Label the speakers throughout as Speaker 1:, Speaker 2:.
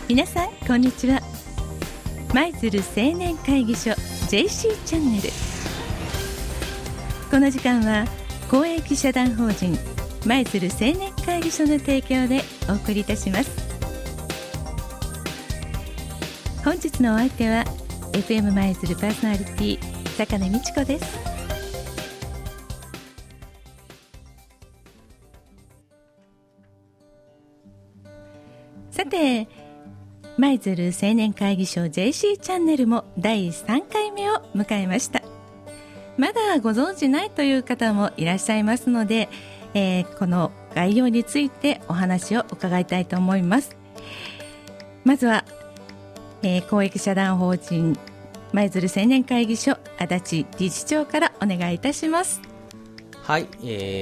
Speaker 1: 皆さんこんにちは。舞鶴青年会議所 JC チャンネル、この時間は公益社団法人舞鶴青年会議所の提供でお送りいたします。本日のお相手は FM 舞鶴パーソナリティ坂根美智子です。さて、舞鶴青年会議所 JC チャンネルも第3回目を迎えました。まだご存知ないという方もいらっしゃいますので、この概要についてお話を伺いたいと思います。まずは、公益社団法人舞鶴青年会議所足立理事長からお願いいたします。
Speaker 2: はい、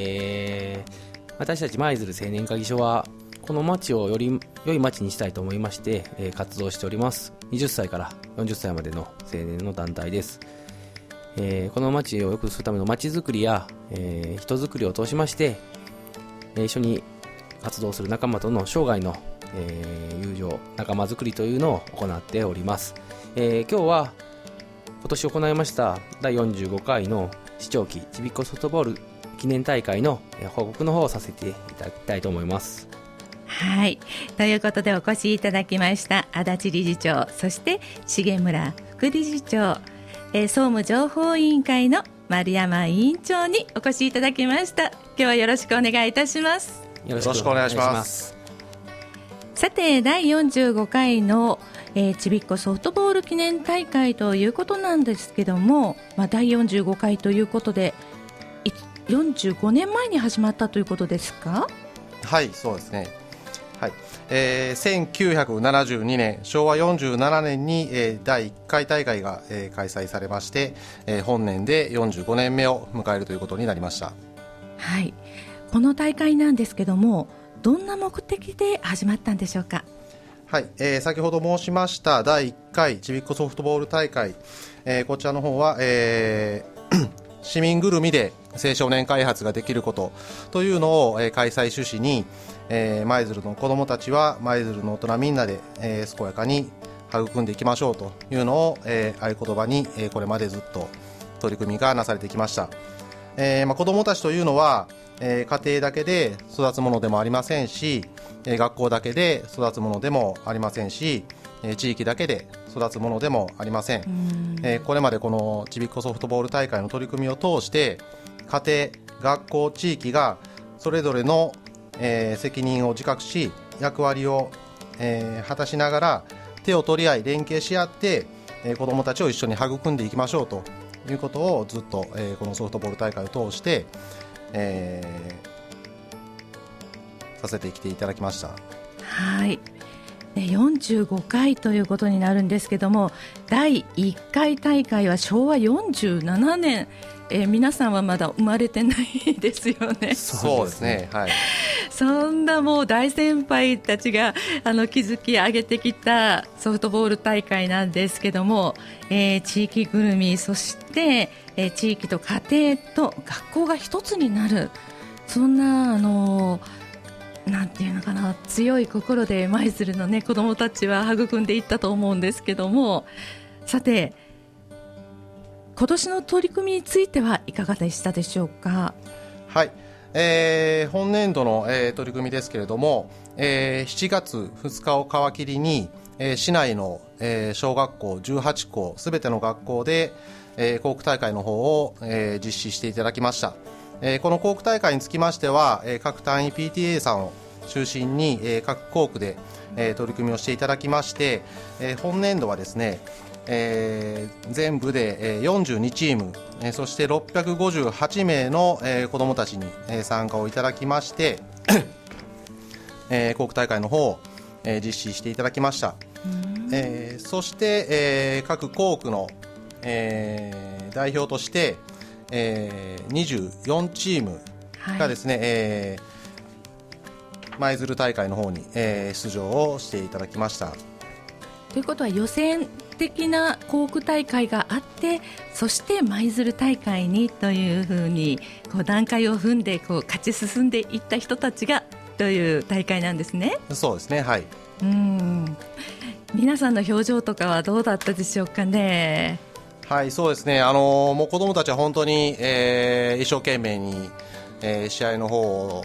Speaker 2: 私たち舞鶴青年会議所はこの町をより良い町にしたいと思いまして、活動しております。20歳から40歳までの青年の団体です。この町を良くするための町づくりや、人づくりを通しまして、一緒に活動する仲間との生涯の、友情、仲間づくりというのを行っております。今日は今年行いました第45回の市長旗ちびっこソフトボール記念大会の報告の方をさせていただきたいと思います。
Speaker 1: はい、ということでお越しいただきました足立理事長、そして重村副理事長、総務情報委員会の丸山委員長にお越しいただきました。今日はよろしくお願いいたします。
Speaker 3: よろしくお願いします。
Speaker 1: さて、第45回の、ちびっこソフトボール記念大会ということなんですけども、第45回ということで45年前に始まったということですか？
Speaker 3: はい、そうですね。はい、1972年昭和47年に、第1回大会が、開催されまして、本年で45年目を迎えるということになりました。
Speaker 1: はい、この大会なんですけども、どんな目的で始まったんでしょうか？
Speaker 3: はい、先ほど申しました第1回ちびっこソフトボール大会、こちらの方は、市民ぐるみで青少年開発ができることというのを、開催趣旨に、舞鶴の子どもたちは舞鶴の大人みんなで、健やかに育んでいきましょうというのを、合言葉に、これまでずっと取り組みがなされてきました。子どもたちというのは、家庭だけで育つものでもありませんし、学校だけで育つものでもありませんし、地域だけで育つものでもありません。これまでこのちびっこソフトボール大会の取り組みを通して家庭、学校、地域がそれぞれの、責任を自覚し役割を、果たしながら手を取り合い連携し合って、子どもたちを一緒に育んでいきましょうということをずっと、このソフトボール大会を通して、させてきていただきました。
Speaker 1: はい、45回ということになるんですけども、第1回大会は昭和47年、皆さんはまだ生まれてないですよね。
Speaker 3: そうですね、はい、
Speaker 1: そんなもう大先輩たちが築き上げてきたソフトボール大会なんですけども、地域ぐるみ、そして、地域と家庭と学校が一つになる、そんななんていうのかな、強い心で舞鶴の、子どもたちは育んでいったと思うんですけども、さて今年の取り組みについてはいかがでしたでしょうか？
Speaker 3: はい、本年度の、取り組みですけれども、7月2日を皮切りに、市内の、小学校18校すべての学校で、校区大会の方を、実施していただきました。この校区大会につきましては、各単位 PTA さんを中心に、各校区で、取り組みをしていただきまして、本年度はですね、全部で、42チーム、そして658名の、子どもたちに、参加をいただきまして校区大会の方を、実施していただきました。そして、各校区の、代表として、24チームがですね、舞鶴大会の方に、出場をしていただきました。
Speaker 1: ということは予選的な校区大会があって、そして舞鶴大会にというふうに段階を踏んで勝ち進んでいった人たちがという大会なんですね。
Speaker 3: そうですね、はい。
Speaker 1: 皆さんの表情とかはどうだったでしょうかね。
Speaker 3: はい、そうですね、もう子どもたちは本当に、一生懸命に、試合の方を、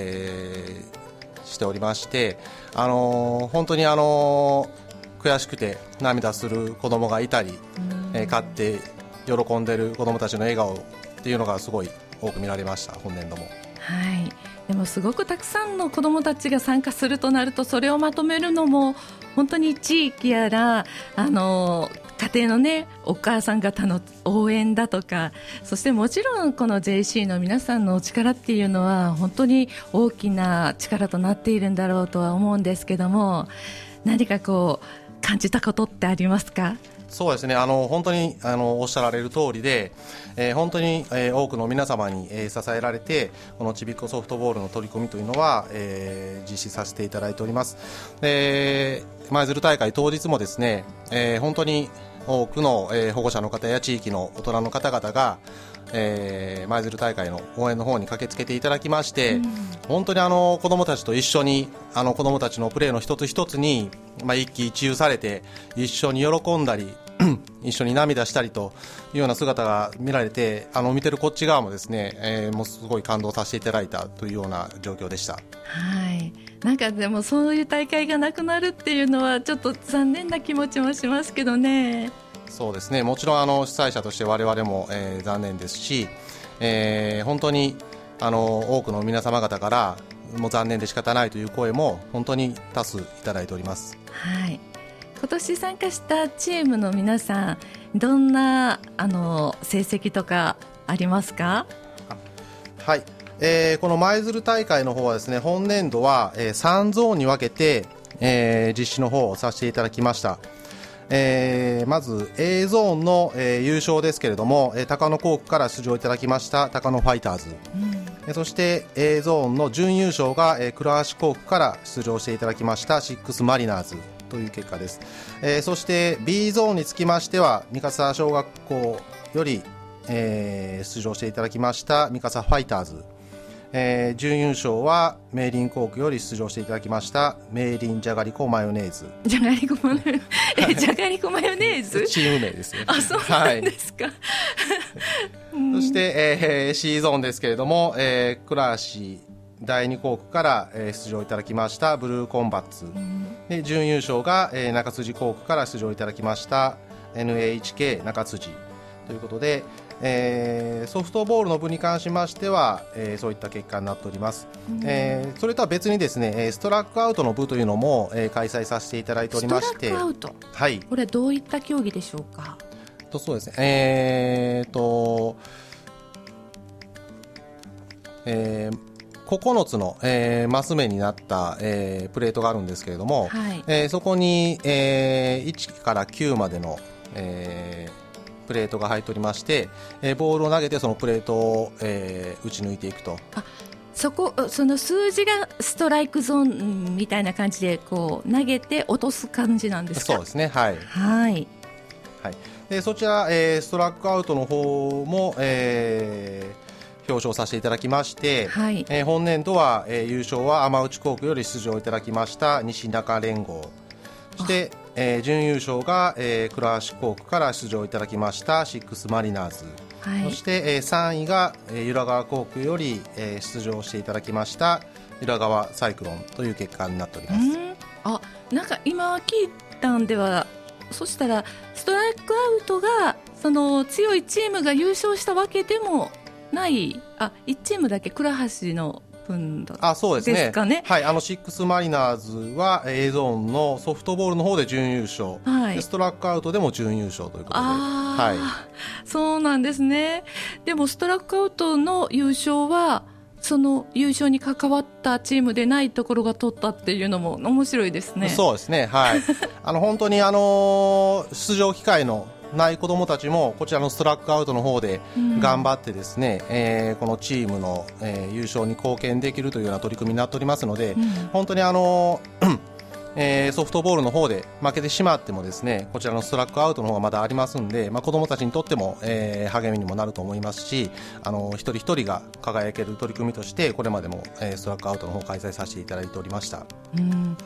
Speaker 3: しておりまして、本当に悔しくて涙する子どもがいたり、勝って喜んでいる子どもたちの笑顔っていうのがすごい多く見られました、本年度も。
Speaker 1: はい、でもすごくたくさんの子どもたちが参加するとなると、それをまとめるのも本当に地域やら家庭のね、お母さん方の応援だとか、そしてもちろんこの JC の皆さんのお力っていうのは本当に大きな力となっているんだろうとは思うんですけども、何かこう感じたことってありますか？
Speaker 3: そうですね、本当におっしゃられる通りで、本当に、多くの皆様に、支えられてこのちびっこソフトボールの取り組みというのは、実施させていただいております。舞鶴大会当日もですね、本当に多くの、保護者の方や地域の大人の方々が、舞鶴大会の応援の方に駆けつけていただきまして、本当に子どもたちと一緒に子どもたちのプレーの一つ一つに、一喜一憂されて一緒に喜んだり一緒に涙したりというような姿が見られて、見てるこっち側もですね、もうすごい感動させていただいたというような状況でした。
Speaker 1: はい、なんかでもそういう大会がなくなるっていうのはちょっと残念な気持ちもしますけどね。
Speaker 3: そうですね、もちろん主催者として我々も、残念ですし、本当に多くの皆様方からもう残念で仕方ないという声も本当に多数いただいております。
Speaker 1: はい、今年参加したチームの皆さん、どんな成績とかありますか？
Speaker 3: はい、この舞鶴大会の方はですね、本年度は、3ゾーンに分けて、実施の方をさせていただきました。まず A ゾーンの、優勝ですけれども、高野工区から出場いただきました高野ファイターズ、そして A ゾーンの準優勝が、倉橋工区から出場していただきましたシックスマリナーズという結果です。そして B ゾーンにつきましては三笠小学校より、出場していただきました三笠ファイターズ、準優勝は明林工区より出場していただきました明林じゃがりこマヨネーズ。
Speaker 1: じゃがりこマヨネーズじゃがりこマヨネーズ
Speaker 3: チーム名ですよね。
Speaker 1: あ、そうなんですか、
Speaker 3: そして、C ゾーンですけれども、倉橋第2工区から、出場いただきましたブルーコンバッツ、で準優勝が、中辻工区から出場いただきました NHK 中辻ということで、ソフトボールの部に関しましては、そういった結果になっております。それとは別にですね、ストラックアウトの部というのも、開催させていただいておりまして。
Speaker 1: ストラックアウト、
Speaker 3: はい、
Speaker 1: これどういった競技でしょうか？
Speaker 3: そうですね、9つの、マス目になった、プレートがあるんですけれども、
Speaker 1: はい、
Speaker 3: そこに、1から9までの、プレートが入っておりまして、ボールを投げてそのプレートを、打ち抜いていくと。
Speaker 1: その数字がストライクゾーンみたいな感じでこう投げて落とす感じなんですか？
Speaker 3: そうですね、はい、
Speaker 1: はい
Speaker 3: はい、でそちら、ストラックアウトの方も、表彰させていただきまして、
Speaker 1: はい、
Speaker 3: 本年度は、優勝は天内工区より出場いただきました西中連合、そして、準優勝が、倉橋工区から出場いただきましたシックスマリナーズ、はい、そして、3位が、由良川工区より、出場していただきました由良川サイクロンという結果になっております。
Speaker 1: なんか今聞いたんでは、そしたらストライクアウトがその強いチームが優勝したわけでもない、1チームだけ倉橋の分だ
Speaker 3: そうですね、
Speaker 1: ですかね。
Speaker 3: はい、シックスマリナーズは A ゾーンのソフトボールの方で準優勝、はい、でストラックアウトでも準優勝ということで、はい、
Speaker 1: そうなんですね。でもストラックアウトの優勝はその優勝に関わったチームでないところが取ったっていうのも面白いですね。
Speaker 3: そうですね、はい、本当に出場機会のない子どもたちもこちらのストラックアウトの方で頑張ってですね、このチームの、優勝に貢献できるというような取り組みになっておりますので、本当にソフトボールの方で負けてしまってもですね、こちらのストラックアウトの方がまだありますんで、子どもたちにとっても、励みにもなると思いますし、一人一人が輝ける取り組みとしてこれまでも、ストラックアウトの方を開催させていただいておりました。
Speaker 1: 一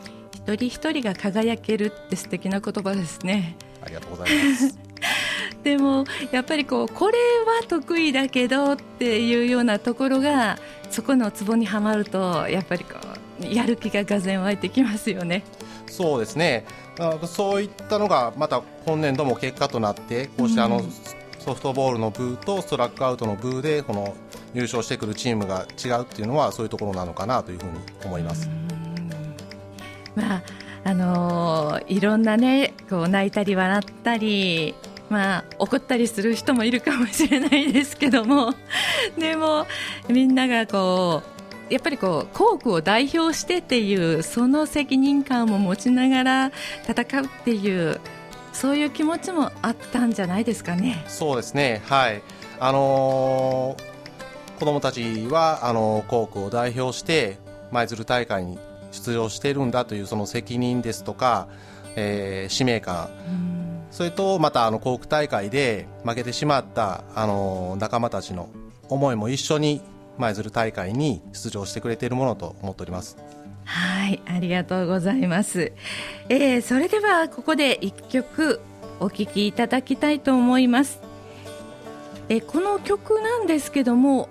Speaker 1: 一人一人が輝けるって素敵な言葉ですね。
Speaker 3: ありがとうございます
Speaker 1: でもやっぱりこれは得意だけどっていうようなところがそこのツボにはまるとやっぱりやる気ががぜん湧いてきますよね。
Speaker 3: そうですね、そういったのがまた今年度も結果となってこうしてソフトボールの部とストラックアウトの部でこの優勝してくるチームが違うっていうのはそういうところなのかなというふうに思います。
Speaker 1: まあいろんなね泣いたり笑ったり、怒ったりする人もいるかもしれないですけどもでもみんながやっぱり校区を代表してっていうその責任感も持ちながら戦うっていうそういう気持ちもあったんじゃないですかね。
Speaker 3: そうですね、はい、子どもたちは校区を代表して舞鶴大会に出場しているんだというその責任ですとか、使命感、それとまた校区大会で負けてしまった仲間たちの思いも一緒に舞鶴大会に出場してくれているものと思っております。
Speaker 1: はい、ありがとうございます。それではここで一曲お聴きいただきたいと思います。この曲なんですけども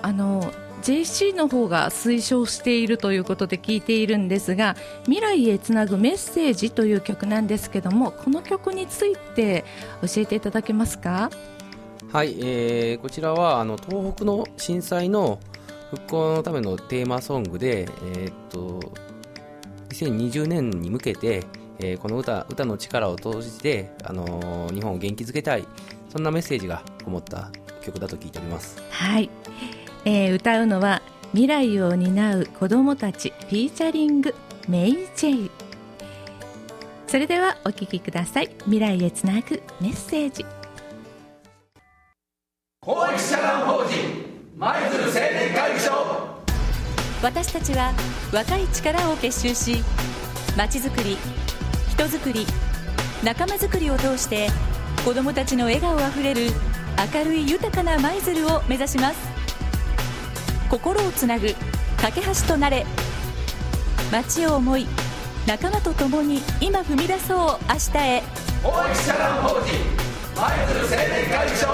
Speaker 1: JC の方が推奨しているということで聞いているんですが、未来へつなぐメッセージという曲なんですけども、この曲について教えていただけますか？
Speaker 2: はい、こちらは東北の震災の復興のためのテーマソングで、2020年に向けて、この歌の力を通じて、日本を元気づけたい、そんなメッセージがこもった曲だと聞いております。
Speaker 1: はい、歌うのは未来を担う子どもたちフィーチャリングメイジェイ。それではお聴きください。未来へつなぐメッセージ。
Speaker 4: 公益社団法人舞鶴青年会議所。
Speaker 5: 私たちは若い力を結集し、まちづくり、人づくり、仲間づくりを通して子どもたちの笑顔あふれる明るい豊かな舞鶴を目指します。心をつなぐ架け橋となれ。街を思い仲間と共に今踏み出そう明日へ。
Speaker 4: 公益社団法人舞鶴青年会議所。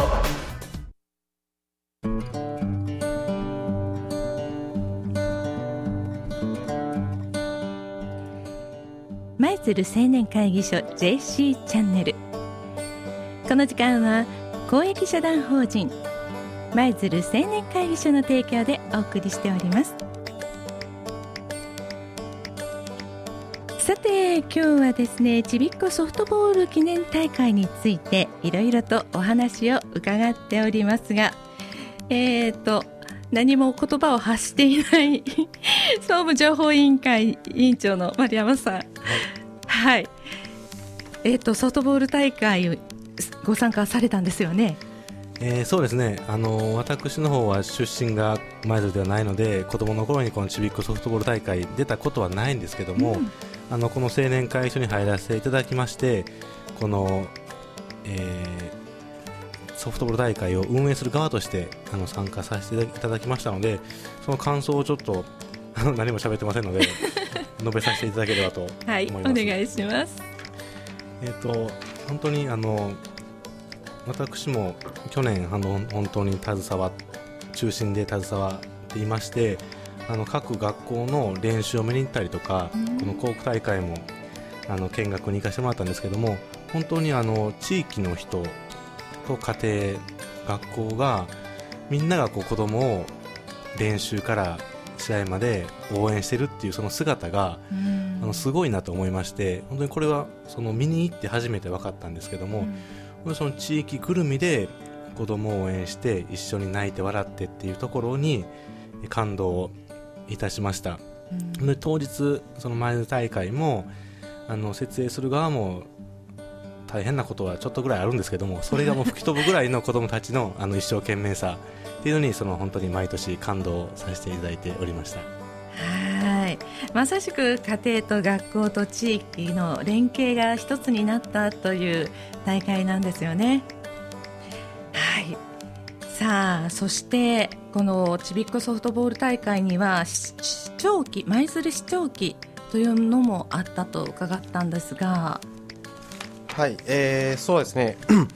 Speaker 1: 舞鶴青年会議所 JC チャンネル。この時間は公益社団法人舞鶴青年会議所の提供でお送りしております。さて今日はですね、ちびっこソフトボール記念大会についていろいろとお話を伺っておりますが、何も言葉を発していない総務情報委員会委員長の丸山さん、はい、ソフトボール大会ご参加されたんですよね。
Speaker 6: そうですね、私の方は出身が舞鶴ではないので、子供の頃にこのちびっこソフトボール大会出たことはないんですけども、この青年会所に入らせていただきまして、この、ソフトボール大会を運営する側として参加させていただきましたので、その感想をちょっと何も喋ってませんので述べさせていただければと思います。
Speaker 1: はい、お願いします。
Speaker 6: 本当に私も去年本当に中心で携わっていまして、各学校の練習を見に行ったりとか、この校区大会も見学に行かせてもらったんですけども、本当に地域の人と家庭、学校がみんなが子供を練習から試合まで応援してるっていうその姿がすごいなと思いまして、本当にこれは見に行って初めて分かったんですけども、その地域ぐるみで子供を応援して一緒に泣いて笑ってっていうところに感動いたしました。で当日その舞鶴大会も設営する側も大変なことはちょっとぐらいあるんですけども、それがもう吹き飛ぶぐらいの子供たちの一生懸命さっていうのに本当に毎年感動させていただいておりました。
Speaker 1: はい、まさしく家庭と学校と地域の連携が一つになったという大会なんですよね。はい、さあそしてこのちびっこソフトボール大会には舞鶴市長旗というのもあったと伺ったんですが。
Speaker 3: はい、そうですね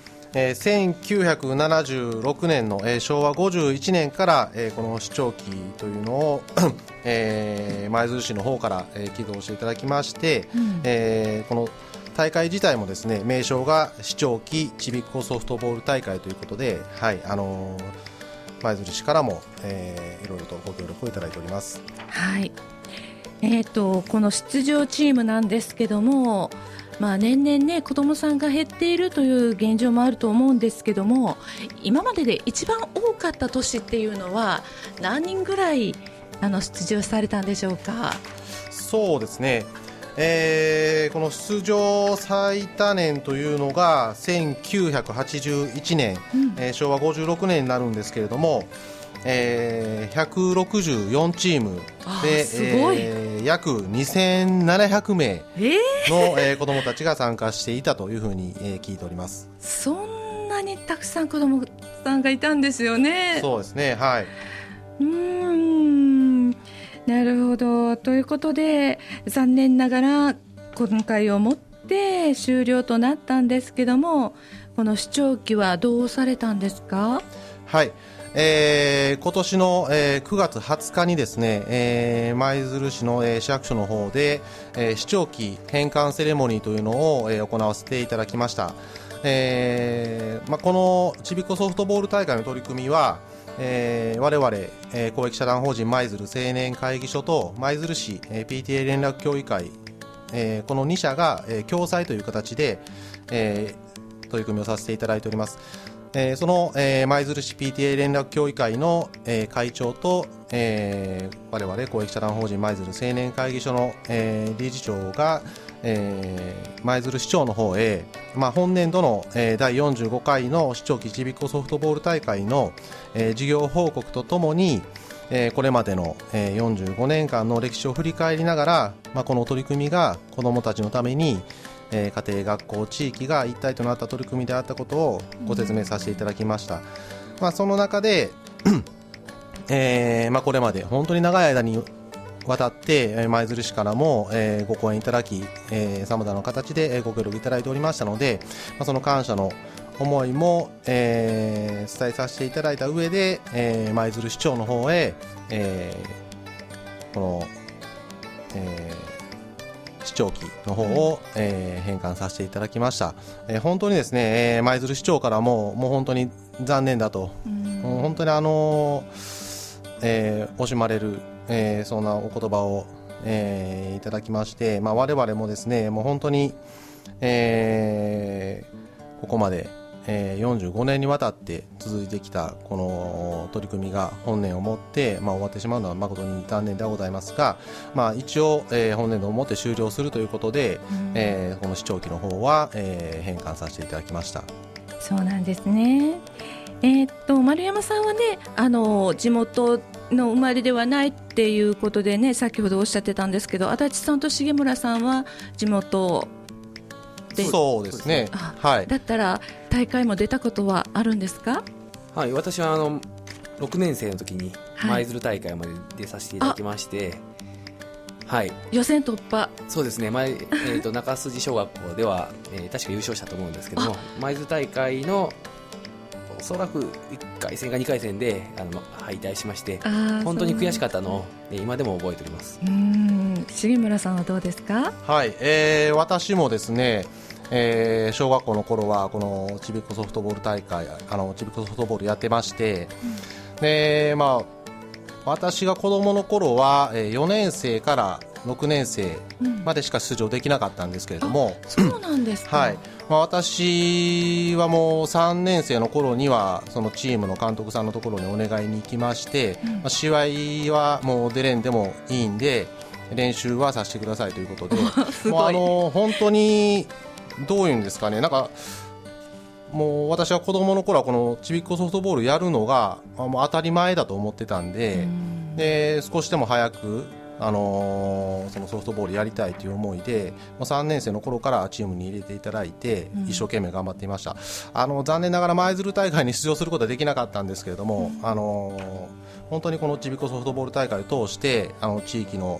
Speaker 3: 1976年の、昭和51年から、この視聴器というのを、舞鶴市の方から、起動していただきまして、この大会自体もですね、名称が視聴器ちびっこソフトボール大会ということで、はい、舞鶴市からも、いろいろとご協力をいただいております。
Speaker 1: はい、この出場チームなんですけども、年々ね子どもさんが減っているという現状もあると思うんですけども、今までで一番多かった年っていうのは何人ぐらい出場されたんでしょうか。
Speaker 3: そうですね、この出場最多年というのが1981年、昭和56年になるんですけれども、164チームで、約2700名の、子どもたちが参加していたというふうに、聞いております。
Speaker 1: そんなにたくさん子どもさんがいたんですよね。
Speaker 3: そうですね、はい。
Speaker 1: なるほど。ということで残念ながら今回をもって終了となったんですけども、この視聴器はどうされたんですか。
Speaker 3: はい、今年の、9月20日にですね、舞鶴市の、市役所の方で、視聴器返還セレモニーというのを、行わせていただきました。このちびっこソフトボール大会の取り組みは、我々、公益社団法人舞鶴青年会議所と舞鶴市、PTA 連絡協議会、この2社が、共催という形で、取り組みをさせていただいております。その、舞鶴市 PTA 連絡協議会の、会長と、我々公益社団法人舞鶴青年会議所の、理事長が、舞鶴市長の方へ、本年度の、第45回の視聴器ちびっこソフトボール大会の、事業報告とともに、これまでの、45年間の歴史を振り返りながら、この取り組みが子どもたちのために家庭、学校、地域が一体となった取り組みであったことをご説明させていただきました。その中で、これまで本当に長い間にわたって舞鶴市からも、ご講演いただき、さまざまな形でご協力いただいておりましたので、その感謝の思いも、伝えさせていただいた上で、舞鶴市長の方へ、この、視聴器の方を、返還させていただきました。本当にですね、舞鶴市長からもう本当に残念だと、本当に惜しまれる、そんなお言葉を、いただきまして、我々もですね、もう本当に、ここまで、45年にわたって続いてきたこの取り組みが本年をもって、終わってしまうのは誠に残念ではございますが、一応、本年度をもって終了するということで、この視聴器の方は、返還させていただきました。
Speaker 1: そうなんですね。丸山さんはね、地元の生まれではないっていうことでね、先ほどおっしゃってたんですけど、足立さんと重村さんは地元で。
Speaker 3: そうですね、はい、
Speaker 1: だったら大会も出たことはあるんですか。
Speaker 2: はい、私は6年生の時に舞鶴大会まで出させていただきまして、はい、
Speaker 1: 予選突破。
Speaker 2: そうですね、中筋小学校では、確か優勝したと思うんですけども、舞鶴大会のおそらく1回戦か2回戦で敗退しまして、本当に悔しかったのを、今でも覚えております。
Speaker 1: 重村さんはどうですか。
Speaker 3: はい、私もですね、小学校の頃はこのちびっこソフトボール大会、ちびっこソフトボールやってまして、で私が子供の頃は4年生から6年生までしか出場できなかったんですけれども、
Speaker 1: そうなんですか。
Speaker 3: はい、私はもう3年生の頃にはそのチームの監督さんのところにお願いに行きまして、試合はもう出れんでもいいんで練習はさせてくださいということでもう本当にどういうんですかね、なんかもう私は子供の頃はこのちびっこソフトボールやるのがもう当たり前だと思ってたんで、少しでも早くそのソフトボールやりたいという思いで3年生の頃からチームに入れていただいて一生懸命頑張っていました。残念ながら舞鶴大会に出場することはできなかったんですけれども、本当にこのちびっこソフトボール大会を通して地域の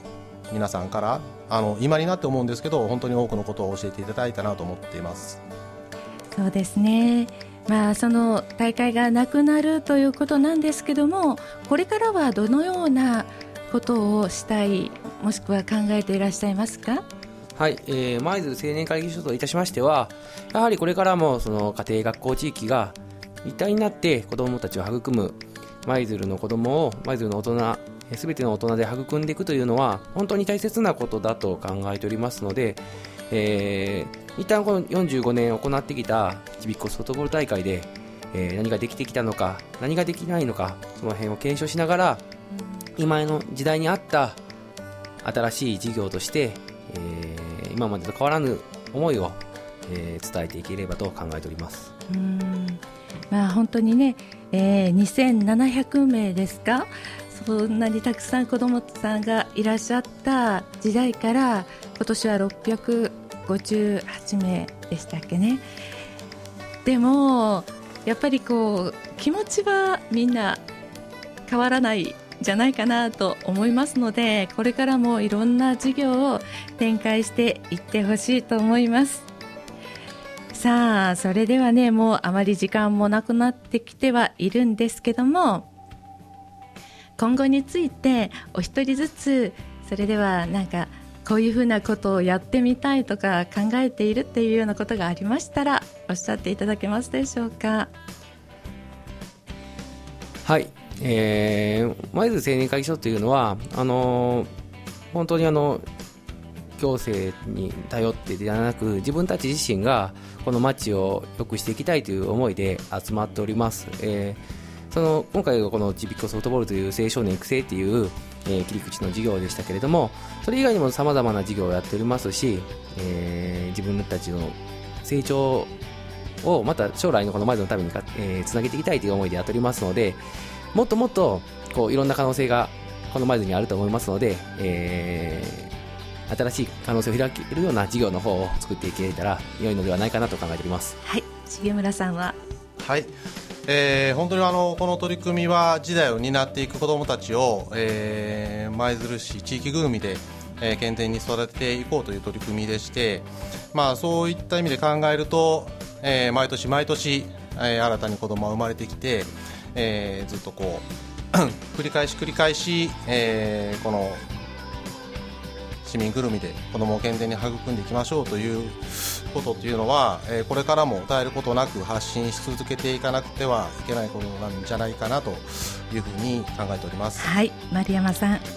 Speaker 3: 皆さんから今になって思うんですけど本当に多くのことを教えていただいたなと思っています。
Speaker 1: そうですね、その大会がなくなるということなんですけども、これからはどのようなことをしたい、もしくは考えていらっしゃいますか？
Speaker 2: はい、舞鶴青年会議所といたしましては、やはりこれからもその家庭学校地域が一体になって子どもたちを育む、舞鶴の子どもを舞鶴の大人、すべての大人で育んでいくというのは本当に大切なことだと考えておりますので、一旦この45年行ってきたちびっこソフトボール大会で、何ができてきたのか何ができないのか、その辺を検証しながら今の時代に合った新しい事業として、今までと変わらぬ思いを、伝えていければと考えております。
Speaker 1: 本当にね、2700名ですか、そんなにたくさん子どもさんがいらっしゃった時代から今年は658名でしたっけね。でもやっぱり気持ちはみんな変わらないじゃないかなと思いますので、これからもいろんな事業を展開していってほしいと思います。さあ、それではね、もうあまり時間もなくなってきてはいるんですけども、今後についてお一人ずつ、それではこういうふうなことをやってみたいとか考えているっていうようなことがありましたらおっしゃっていただけますでしょうか？
Speaker 2: はい、舞鶴青年会議所というのは本当に行政に頼ってではなく、自分たち自身がこの町を良くしていきたいという思いで集まっております。今回はこのちびっこソフトボールという青少年育成という、切り口の事業でしたけれども、それ以外にも様々な事業をやっておりますし、自分たちの成長をまた将来のこの舞鶴のためにつなげていきたいという思いでやっておりますので、もっともっといろんな可能性がこの舞鶴にあると思いますので、新しい可能性を開けるような事業の方を作っていけたら良いのではないかなと考えております。
Speaker 1: はい、重村さんは？
Speaker 3: はい、本当にこの取り組みは時代を担っていく子どもたちを、舞鶴市地域ぐるみで、健全に育てていこうという取り組みでして、そういった意味で考えると、毎年毎年、新たに子どもが生まれてきて、ずっと繰り返し、この市民ぐるみで子どもを健全に育んでいきましょうということというのは、これからも絶えることなく発信し続けていかなくてはいけないことなんじゃないかなというふうに考えております。
Speaker 1: はい、丸山さん。
Speaker 6: はい、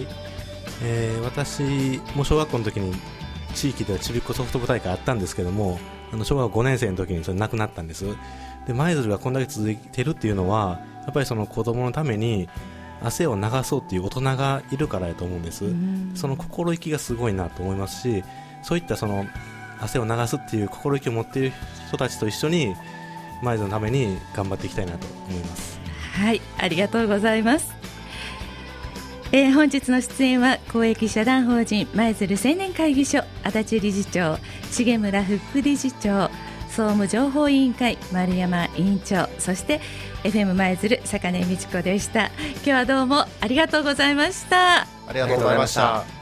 Speaker 6: 私も小学校の時に地域ではちびっこソフトボール大会あったんですけども、小学校5年生の時にそれなくなったんです。で、舞鶴がこんだけ続いているっていうのは、やっぱりその子どものために汗を流そうっていう大人がいるからやと思うんです。その心意気がすごいなと思いますし、そういったその汗を流すっていう心意気を持っている人たちと一緒に舞鶴のために頑張っていきたいなと思います。
Speaker 1: はい、ありがとうございます。本日の出演は公益社団法人舞鶴青年会議所足立理事長、重村副理事長、総務情報委員会丸山委員長、そして FM 舞鶴坂根美智子でした。今日はどうもありがとうございました。
Speaker 3: ありがとうございました。